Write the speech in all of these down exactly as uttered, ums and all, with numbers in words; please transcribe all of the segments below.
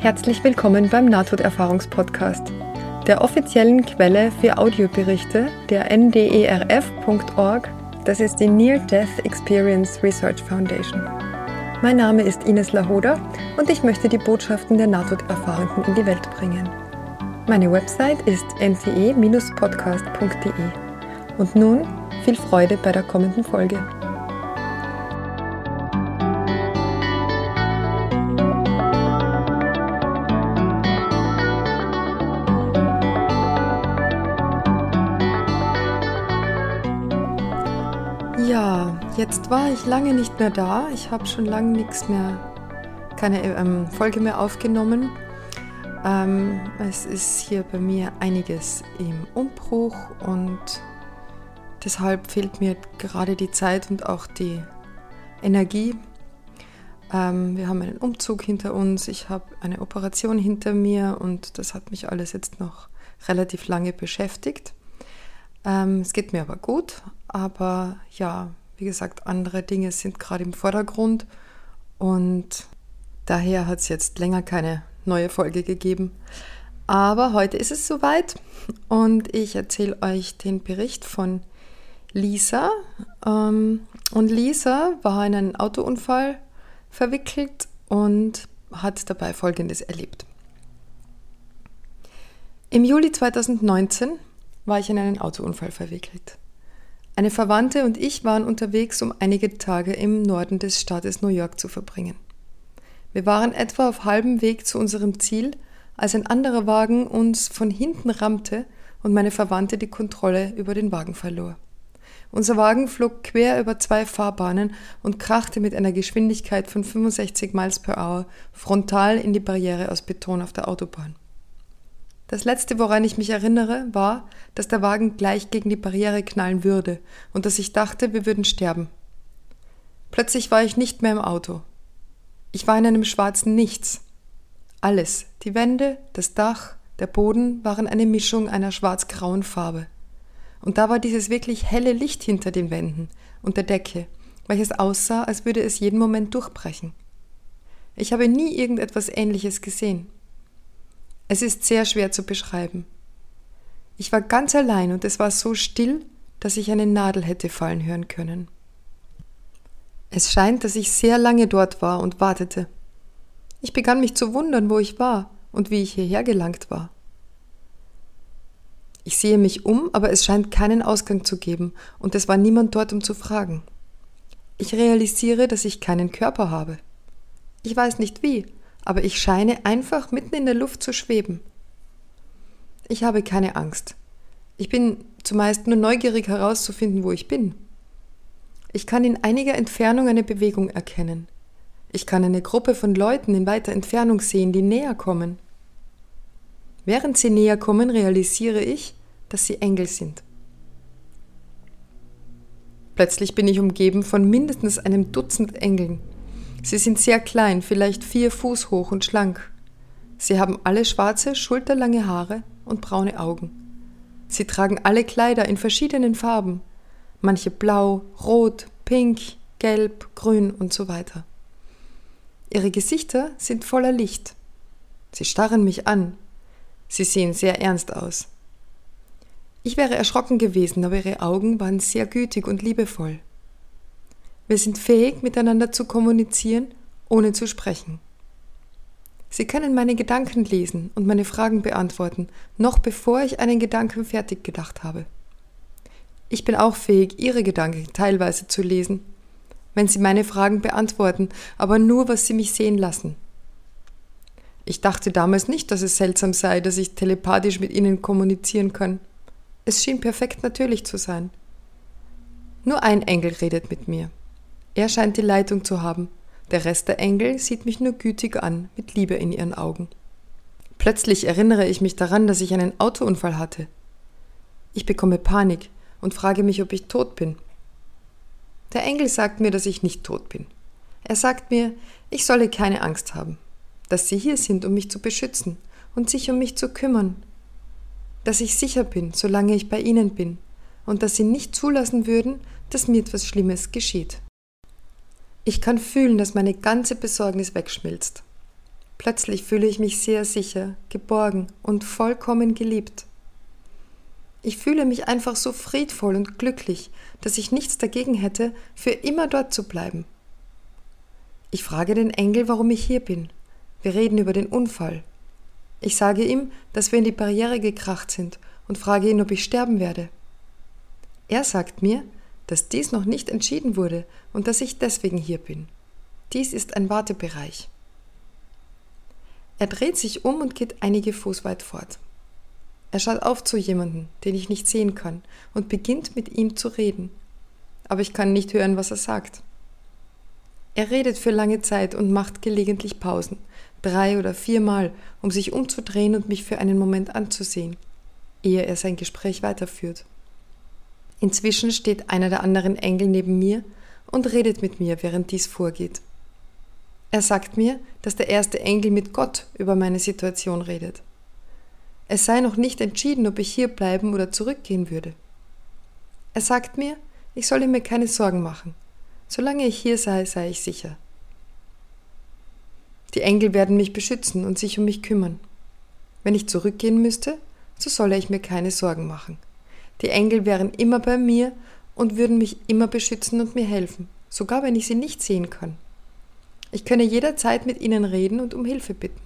Herzlich willkommen beim Nahtoderfahrungspodcast, der offiziellen Quelle für Audioberichte der N D E R F Punkt org, das ist die Near Death Experience Research Foundation. Mein Name ist Ines Lahoda und ich möchte die Botschaften der Nahtoderfahrenden in die Welt bringen. Meine Website ist n t e Bindestrich podcast punkt d e. Und nun viel Freude bei der kommenden Folge. Ja, jetzt war ich lange nicht mehr da. Ich habe schon lange nichts mehr, keine ähm, Folge mehr aufgenommen. Ähm, es ist hier bei mir einiges im Umbruch und deshalb fehlt mir gerade die Zeit und auch die Energie. Ähm, wir haben einen Umzug hinter uns, ich habe eine Operation hinter mir und das hat mich alles jetzt noch relativ lange beschäftigt. Ähm, es geht mir aber gut, aber ja, wie gesagt, andere Dinge sind gerade im Vordergrund und daher hat es jetzt länger keine neue Folge gegeben. Aber heute ist es soweit und ich erzähle euch den Bericht von Lisa. Und Lisa war in einen Autounfall verwickelt und hat dabei Folgendes erlebt. Im Juli zweitausendneunzehn war ich in einen Autounfall verwickelt. Eine Verwandte und ich waren unterwegs, um einige Tage im Norden des Staates New York zu verbringen. Wir waren etwa auf halbem Weg zu unserem Ziel, als ein anderer Wagen uns von hinten rammte und meine Verwandte die Kontrolle über den Wagen verlor. Unser Wagen flog quer über zwei Fahrbahnen und krachte mit einer Geschwindigkeit von fünfundsechzig Miles per Hour frontal in die Barriere aus Beton auf der Autobahn. Das Letzte, woran ich mich erinnere, war, dass der Wagen gleich gegen die Barriere knallen würde und dass ich dachte, wir würden sterben. Plötzlich war ich nicht mehr im Auto. Ich war in einem schwarzen Nichts. Alles, die Wände, das Dach, der Boden waren eine Mischung einer schwarz-grauen Farbe. Und da war dieses wirklich helle Licht hinter den Wänden und der Decke, welches aussah, als würde es jeden Moment durchbrechen. Ich habe nie irgendetwas Ähnliches gesehen. Es ist sehr schwer zu beschreiben. Ich war ganz allein und es war so still, dass ich eine Nadel hätte fallen hören können. Es scheint, dass ich sehr lange dort war und wartete. Ich begann mich zu wundern, wo ich war und wie ich hierher gelangt war. Ich sehe mich um, aber es scheint keinen Ausgang zu geben und es war niemand dort, um zu fragen. Ich realisiere, dass ich keinen Körper habe. Ich weiß nicht wie, aber ich scheine einfach mitten in der Luft zu schweben. Ich habe keine Angst. Ich bin zumeist nur neugierig herauszufinden, wo ich bin. Ich kann in einiger Entfernung eine Bewegung erkennen. Ich kann eine Gruppe von Leuten in weiter Entfernung sehen, die näher kommen. Während sie näher kommen, realisiere ich, dass sie Engel sind. Plötzlich bin ich umgeben von mindestens einem Dutzend Engeln. Sie sind sehr klein, vielleicht vier Fuß hoch und schlank. Sie haben alle schwarze, schulterlange Haare und braune Augen. Sie tragen alle Kleider in verschiedenen Farben. Manche blau, rot, pink, gelb, grün und so weiter. Ihre Gesichter sind voller Licht. Sie starren mich an. Sie sehen sehr ernst aus. Ich wäre erschrocken gewesen, aber ihre Augen waren sehr gütig und liebevoll. Wir sind fähig, miteinander zu kommunizieren, ohne zu sprechen. Sie können meine Gedanken lesen und meine Fragen beantworten, noch bevor ich einen Gedanken fertig gedacht habe. Ich bin auch fähig, Ihre Gedanken teilweise zu lesen, wenn Sie meine Fragen beantworten, aber nur, was Sie mich sehen lassen. Ich dachte damals nicht, dass es seltsam sei, dass ich telepathisch mit Ihnen kommunizieren kann. Es schien perfekt natürlich zu sein. Nur ein Engel redet mit mir. Er scheint die Leitung zu haben. Der Rest der Engel sieht mich nur gütig an, mit Liebe in ihren Augen. Plötzlich erinnere ich mich daran, dass ich einen Autounfall hatte. Ich bekomme Panik und frage mich, ob ich tot bin. Der Engel sagt mir, dass ich nicht tot bin. Er sagt mir, ich solle keine Angst haben, dass sie hier sind, um mich zu beschützen und sich um mich zu kümmern, dass ich sicher bin, solange ich bei ihnen bin und dass sie nicht zulassen würden, dass mir etwas Schlimmes geschieht. Ich kann fühlen, dass meine ganze Besorgnis wegschmilzt. Plötzlich fühle ich mich sehr sicher, geborgen und vollkommen geliebt. Ich fühle mich einfach so friedvoll und glücklich, dass ich nichts dagegen hätte, für immer dort zu bleiben. Ich frage den Engel, warum ich hier bin. Wir reden über den Unfall. Ich sage ihm, dass wir in die Barriere gekracht sind und frage ihn, ob ich sterben werde. Er sagt mir, dass dies noch nicht entschieden wurde und dass ich deswegen hier bin. Dies ist ein Wartebereich. Er dreht sich um und geht einige Fuß weit fort. Er schaut auf zu jemandem, den ich nicht sehen kann, und beginnt mit ihm zu reden. Aber ich kann nicht hören, was er sagt. Er redet für lange Zeit und macht gelegentlich Pausen, drei oder viermal, um sich umzudrehen und mich für einen Moment anzusehen, ehe er sein Gespräch weiterführt. Inzwischen steht einer der anderen Engel neben mir und redet mit mir, während dies vorgeht. Er sagt mir, dass der erste Engel mit Gott über meine Situation redet. Es sei noch nicht entschieden, ob ich hier bleiben oder zurückgehen würde. Er sagt mir, ich solle mir keine Sorgen machen. Solange ich hier sei, sei ich sicher. Die Engel werden mich beschützen und sich um mich kümmern. Wenn ich zurückgehen müsste, so solle ich mir keine Sorgen machen. Die Engel wären immer bei mir und würden mich immer beschützen und mir helfen, sogar wenn ich sie nicht sehen kann. Ich könne jederzeit mit ihnen reden und um Hilfe bitten.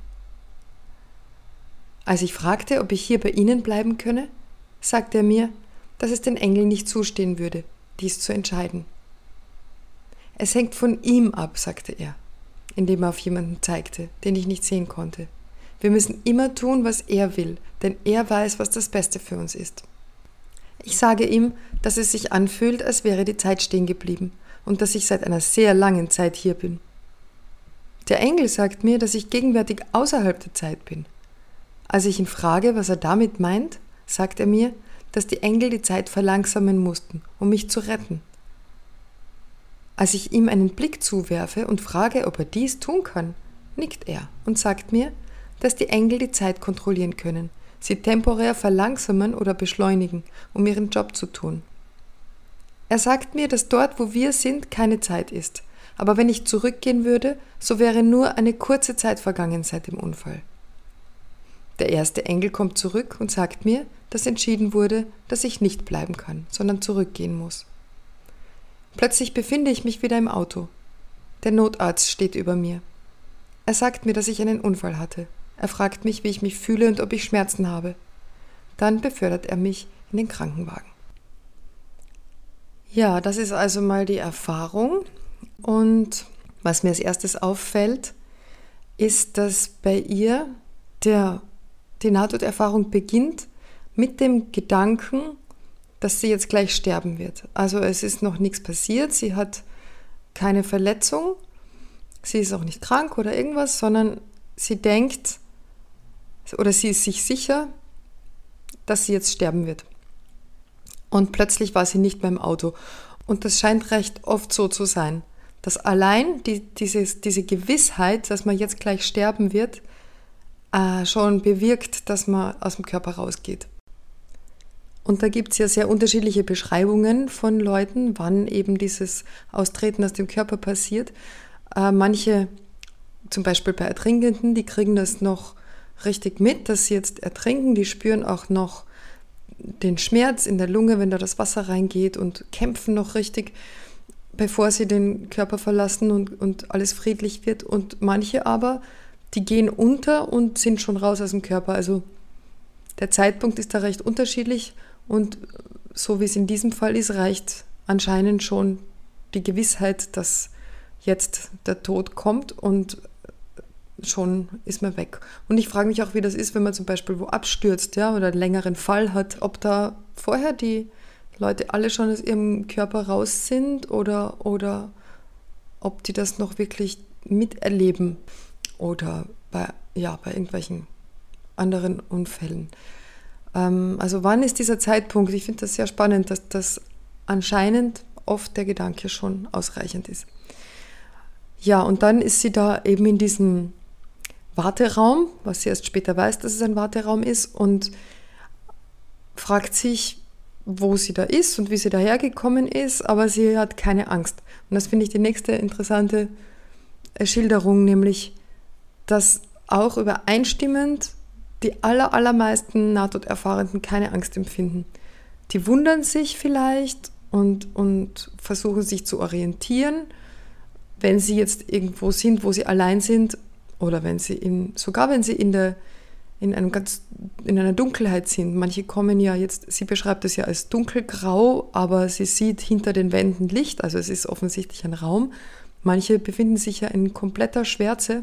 Als ich fragte, ob ich hier bei ihnen bleiben könne, sagte er mir, dass es den Engeln nicht zustehen würde, dies zu entscheiden. Es hängt von ihm ab, sagte er, indem er auf jemanden zeigte, den ich nicht sehen konnte. Wir müssen immer tun, was er will, denn er weiß, was das Beste für uns ist. Ich sage ihm, dass es sich anfühlt, als wäre die Zeit stehen geblieben und dass ich seit einer sehr langen Zeit hier bin. Der Engel sagt mir, dass ich gegenwärtig außerhalb der Zeit bin. Als ich ihn frage, was er damit meint, sagt er mir, dass die Engel die Zeit verlangsamen mussten, um mich zu retten. Als ich ihm einen Blick zuwerfe und frage, ob er dies tun kann, nickt er und sagt mir, dass die Engel die Zeit kontrollieren können, sie temporär verlangsamen oder beschleunigen, um ihren Job zu tun. Er sagt mir, dass dort, wo wir sind, keine Zeit ist, aber wenn ich zurückgehen würde, so wäre nur eine kurze Zeit vergangen seit dem Unfall. Der erste Engel kommt zurück und sagt mir, dass entschieden wurde, dass ich nicht bleiben kann, sondern zurückgehen muss. Plötzlich befinde ich mich wieder im Auto. Der Notarzt steht über mir. Er sagt mir, dass ich einen Unfall hatte. Er fragt mich, wie ich mich fühle und ob ich Schmerzen habe. Dann befördert er mich in den Krankenwagen. Ja, das ist also mal die Erfahrung. Und was mir als erstes auffällt, ist, dass bei ihr der, die Nahtoderfahrung beginnt mit dem Gedanken, dass sie jetzt gleich sterben wird. Also es ist noch nichts passiert, sie hat keine Verletzung, sie ist auch nicht krank oder irgendwas, sondern sie denkt oder sie ist sich sicher, dass sie jetzt sterben wird. Und plötzlich war sie nicht mehr im Auto. Und das scheint recht oft so zu sein, dass allein die, dieses, diese Gewissheit, dass man jetzt gleich sterben wird, äh, schon bewirkt, dass man aus dem Körper rausgeht. Und da gibt es ja sehr unterschiedliche Beschreibungen von Leuten, wann eben dieses Austreten aus dem Körper passiert. Äh, manche, zum Beispiel bei Ertrinkenden, die kriegen das noch richtig mit, dass sie jetzt ertrinken. Die spüren auch noch den Schmerz in der Lunge, wenn da das Wasser reingeht und kämpfen noch richtig, bevor sie den Körper verlassen und, und alles friedlich wird. Und manche aber, die gehen unter und sind schon raus aus dem Körper. Also der Zeitpunkt ist da recht unterschiedlich. Und so wie es in diesem Fall ist, reicht anscheinend schon die Gewissheit, dass jetzt der Tod kommt und schon ist man weg. Und ich frage mich auch, wie das ist, wenn man zum Beispiel wo abstürzt, ja, oder einen längeren Fall hat, ob da vorher die Leute alle schon aus ihrem Körper raus sind oder, oder ob die das noch wirklich miterleben oder bei, ja, bei irgendwelchen anderen Unfällen. Also wann ist dieser Zeitpunkt? Ich finde das sehr spannend, dass das anscheinend oft der Gedanke schon ausreichend ist. Ja, und dann ist sie da eben in diesem Warteraum, was sie erst später weiß, dass es ein Warteraum ist, und fragt sich, wo sie da ist und wie sie dahergekommen ist, aber sie hat keine Angst. Und das finde ich die nächste interessante Schilderung, nämlich, dass auch übereinstimmend die aller, allermeisten Nahtoderfahrenden keine Angst empfinden. Die wundern sich vielleicht und, und versuchen sich zu orientieren, wenn sie jetzt irgendwo sind, wo sie allein sind oder wenn sie in, sogar wenn sie in der in einem ganz in einer Dunkelheit sind. Manche kommen ja jetzt, sie beschreibt es ja als dunkelgrau, aber sie sieht hinter den Wänden Licht, also es ist offensichtlich ein Raum. Manche befinden sich ja in kompletter Schwärze,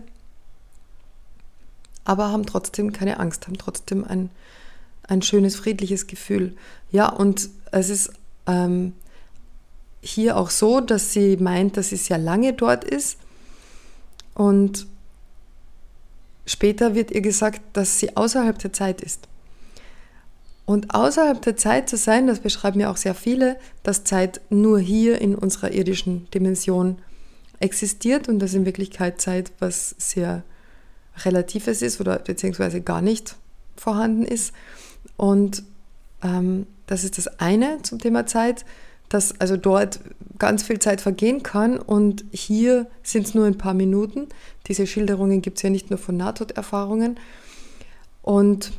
aber haben trotzdem keine Angst, haben trotzdem ein, ein schönes, friedliches Gefühl. Ja, und es ist ähm, hier auch so, dass sie meint, dass sie sehr lange dort ist und später wird ihr gesagt, dass sie außerhalb der Zeit ist. Und außerhalb der Zeit zu sein, das beschreiben ja auch sehr viele, dass Zeit nur hier in unserer irdischen Dimension existiert und dass in Wirklichkeit Zeit was sehr Relatives ist oder beziehungsweise gar nicht vorhanden ist. Und ähm, das ist das eine zum Thema Zeit, dass also dort ganz viel Zeit vergehen kann und hier sind es nur ein paar Minuten. Diese Schilderungen gibt es ja nicht nur von Nahtoderfahrungen. Und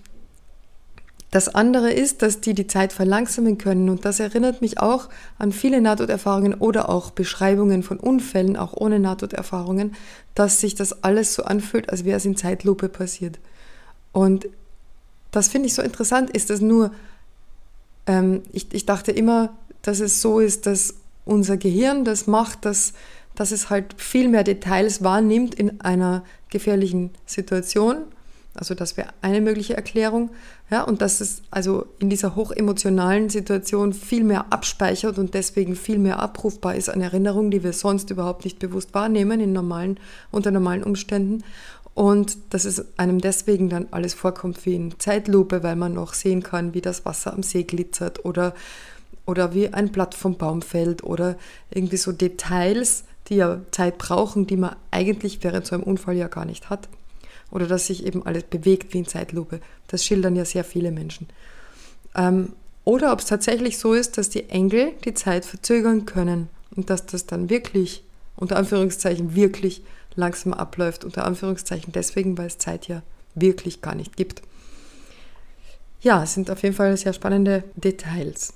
das andere ist, dass die die Zeit verlangsamen können und das erinnert mich auch an viele Nahtoderfahrungen oder auch Beschreibungen von Unfällen, auch ohne Nahtoderfahrungen, dass sich das alles so anfühlt, als wäre es in Zeitlupe passiert. Und das finde ich so interessant, ist das nur, ähm, ich, ich dachte immer, dass es so ist, dass unser Gehirn das macht, dass, dass es halt viel mehr Details wahrnimmt in einer gefährlichen Situation. Also das wäre eine mögliche Erklärung. Ja, und dass es also in dieser hochemotionalen Situation viel mehr abspeichert und deswegen viel mehr abrufbar ist an Erinnerungen, die wir sonst überhaupt nicht bewusst wahrnehmen in normalen, unter normalen Umständen. Und dass es einem deswegen dann alles vorkommt wie in Zeitlupe, weil man noch sehen kann, wie das Wasser am See glitzert oder oder wie ein Blatt vom Baum fällt oder irgendwie so Details, die ja Zeit brauchen, die man eigentlich während so einem Unfall ja gar nicht hat. Oder dass sich eben alles bewegt wie in Zeitlupe. Das schildern ja sehr viele Menschen. Ähm, oder ob es tatsächlich so ist, dass die Engel die Zeit verzögern können und dass das dann wirklich, unter Anführungszeichen wirklich langsam abläuft. Unter Anführungszeichen deswegen, weil es Zeit ja wirklich gar nicht gibt. Ja, es sind auf jeden Fall sehr spannende Details.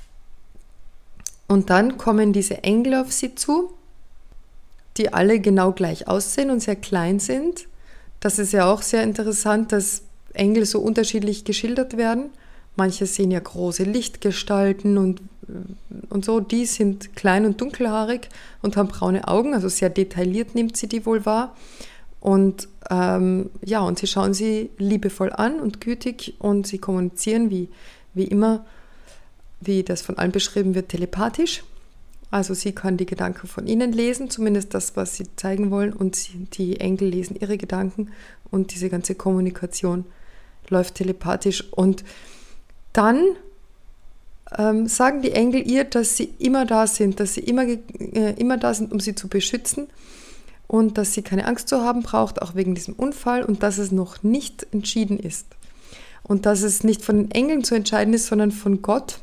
Und dann kommen diese Engel auf sie zu, die alle genau gleich aussehen und sehr klein sind. Das ist ja auch sehr interessant, dass Engel so unterschiedlich geschildert werden. Manche sehen ja große Lichtgestalten und, und so. Die sind klein und dunkelhaarig und haben braune Augen, also sehr detailliert nimmt sie die wohl wahr. Und ähm, ja, und sie schauen sie liebevoll an und gütig und sie kommunizieren wie, wie immer, wie das von allen beschrieben wird, telepathisch. Also sie kann die Gedanken von ihnen lesen, zumindest das, was sie zeigen wollen, und sie, die Engel lesen ihre Gedanken und diese ganze Kommunikation läuft telepathisch. Und dann ähm, sagen die Engel ihr, dass sie immer da sind, dass sie immer, äh, immer da sind, um sie zu beschützen und dass sie keine Angst zu haben braucht, auch wegen diesem Unfall und dass es noch nicht entschieden ist. Und dass es nicht von den Engeln zu entscheiden ist, sondern von Gott,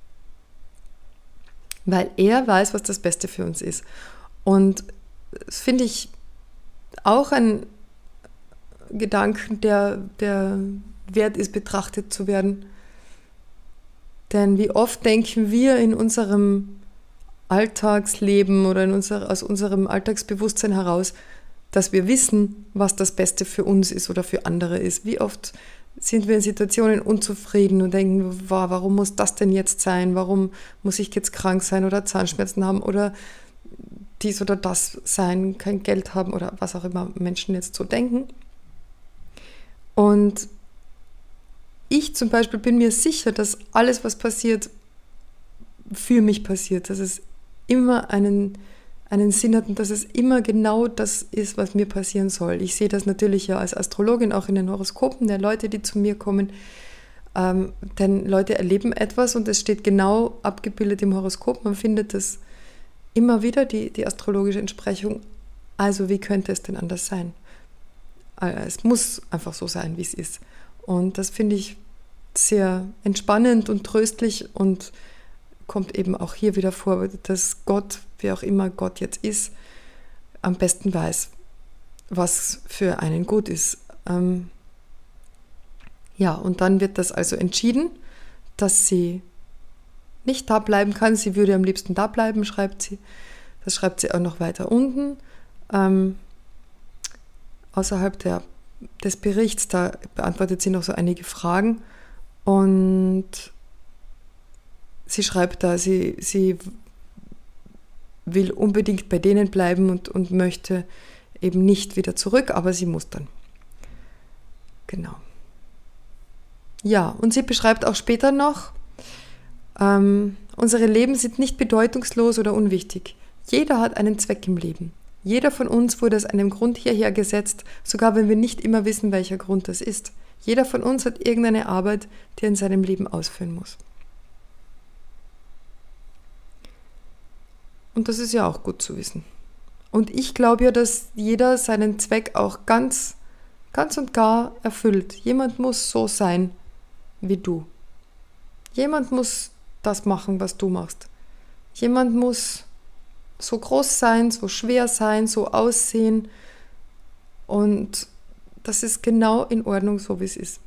weil er weiß, was das Beste für uns ist. Und das finde ich auch ein Gedanken, der, der wert ist, betrachtet zu werden. Denn wie oft denken wir in unserem Alltagsleben oder in unser, aus unserem Alltagsbewusstsein heraus, dass wir wissen, was das Beste für uns ist oder für andere ist. Wie oft sind wir in Situationen unzufrieden und denken, wow, warum muss das denn jetzt sein? Warum muss ich jetzt krank sein oder Zahnschmerzen haben oder dies oder das sein, kein Geld haben oder was auch immer Menschen jetzt so denken. Und ich zum Beispiel bin mir sicher, dass alles, was passiert, für mich passiert, dass es immer einen, einen Sinn hat und dass es immer genau das ist, was mir passieren soll. Ich sehe das natürlich ja als Astrologin auch in den Horoskopen der Leute, die zu mir kommen, ähm, denn Leute erleben etwas und es steht genau abgebildet im Horoskop. Man findet das immer wieder, die, die astrologische Entsprechung. Also wie könnte es denn anders sein? Es muss einfach so sein, wie es ist. Und das finde ich sehr entspannend und tröstlich und kommt eben auch hier wieder vor, dass Gott, wie auch immer Gott jetzt ist, am besten weiß, was für einen gut ist. Ähm, ja, und dann wird das also entschieden, dass sie nicht da bleiben kann. Sie würde am liebsten da bleiben, schreibt sie. Das schreibt sie auch noch weiter unten. Ähm, außerhalb der, des Berichts, da beantwortet sie noch so einige Fragen. Und sie schreibt da, sie, sie will unbedingt bei denen bleiben und, und möchte eben nicht wieder zurück, aber sie muss dann. Genau. Ja, und sie beschreibt auch später noch, ähm, unsere Leben sind nicht bedeutungslos oder unwichtig. Jeder hat einen Zweck im Leben. Jeder von uns wurde aus einem Grund hierher gesetzt, sogar wenn wir nicht immer wissen, welcher Grund das ist. Jeder von uns hat irgendeine Arbeit, die er in seinem Leben ausführen muss. Und das ist ja auch gut zu wissen. Und ich glaube ja, dass jeder seinen Zweck auch ganz, ganz und gar erfüllt. Jemand muss so sein wie du. Jemand muss das machen, was du machst. Jemand muss so groß sein, so schwer sein, so aussehen. Und das ist genau in Ordnung, so wie es ist.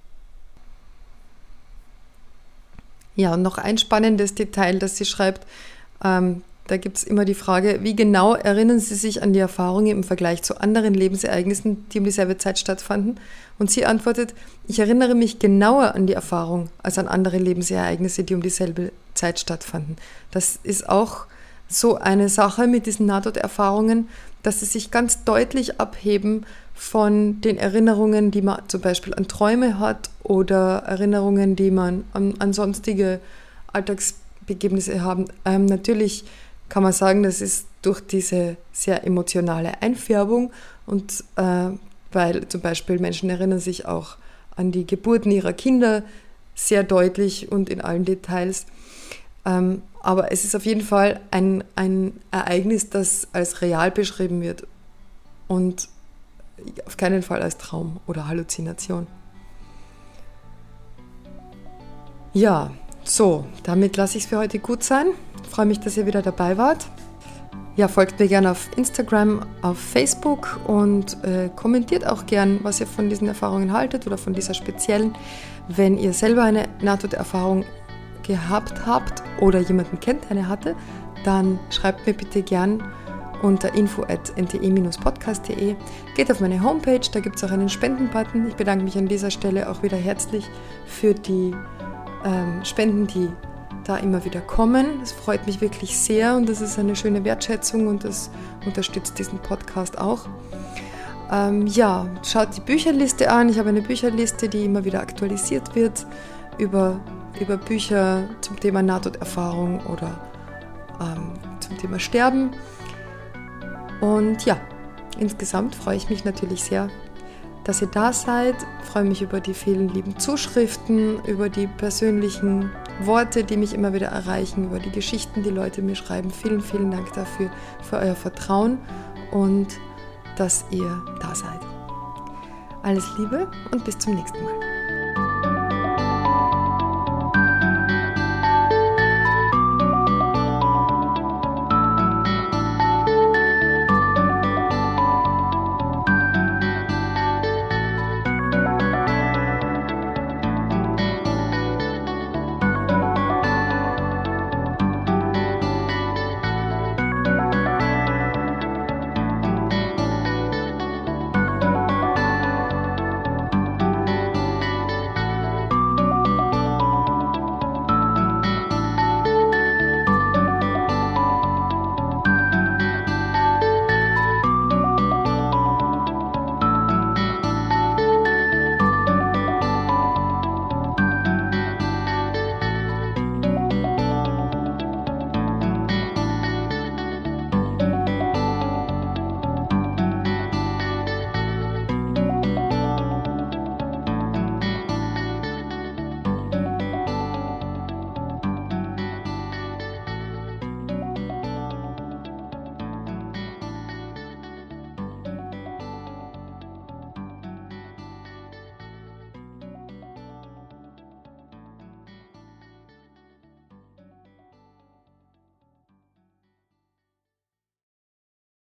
Ja, und noch ein spannendes Detail, das sie schreibt. Ähm, da gibt es immer die Frage, wie genau erinnern Sie sich an die Erfahrungen im Vergleich zu anderen Lebensereignissen, die um dieselbe Zeit stattfanden? Und sie antwortet, ich erinnere mich genauer an die Erfahrung als an andere Lebensereignisse, die um dieselbe Zeit stattfanden. Das ist auch so eine Sache mit diesen Nahtoderfahrungen, dass sie sich ganz deutlich abheben von den Erinnerungen, die man zum Beispiel an Träume hat oder Erinnerungen, die man an, an sonstige Alltagsbegebnisse haben. Ähm, natürlich kann man sagen, das ist durch diese sehr emotionale Einfärbung und äh, weil zum Beispiel Menschen erinnern sich auch an die Geburten ihrer Kinder sehr deutlich und in allen Details. Ähm, aber es ist auf jeden Fall ein, ein Ereignis, das als real beschrieben wird und auf keinen Fall als Traum oder Halluzination. Ja, so, damit lasse ich es für heute gut sein. Ich freue mich, dass ihr wieder dabei wart. Ja, folgt mir gerne auf Instagram, auf Facebook und äh, kommentiert auch gern, was ihr von diesen Erfahrungen haltet oder von dieser speziellen. Wenn ihr selber eine Nahtoderfahrung gehabt habt oder jemanden kennt, der eine hatte, dann schreibt mir bitte gern unter info at n t e dash podcast punkt d e. Geht auf meine Homepage, da gibt es auch einen Spenden-Button. Ich bedanke mich an dieser Stelle auch wieder herzlich für die ähm, Spenden, die da immer wieder kommen. Das freut mich wirklich sehr und das ist eine schöne Wertschätzung und das unterstützt diesen Podcast auch. Ähm, ja, schaut die Bücherliste an. Ich habe eine Bücherliste, die immer wieder aktualisiert wird über, über Bücher zum Thema Nahtoderfahrung oder ähm, zum Thema Sterben. Und ja, insgesamt freue ich mich natürlich sehr, dass ihr da seid. Ich freue mich über die vielen lieben Zuschriften, über die persönlichen Worte, die mich immer wieder erreichen, über die Geschichten, die Leute mir schreiben. Vielen, vielen Dank dafür, für euer Vertrauen und dass ihr da seid. Alles Liebe und bis zum nächsten Mal.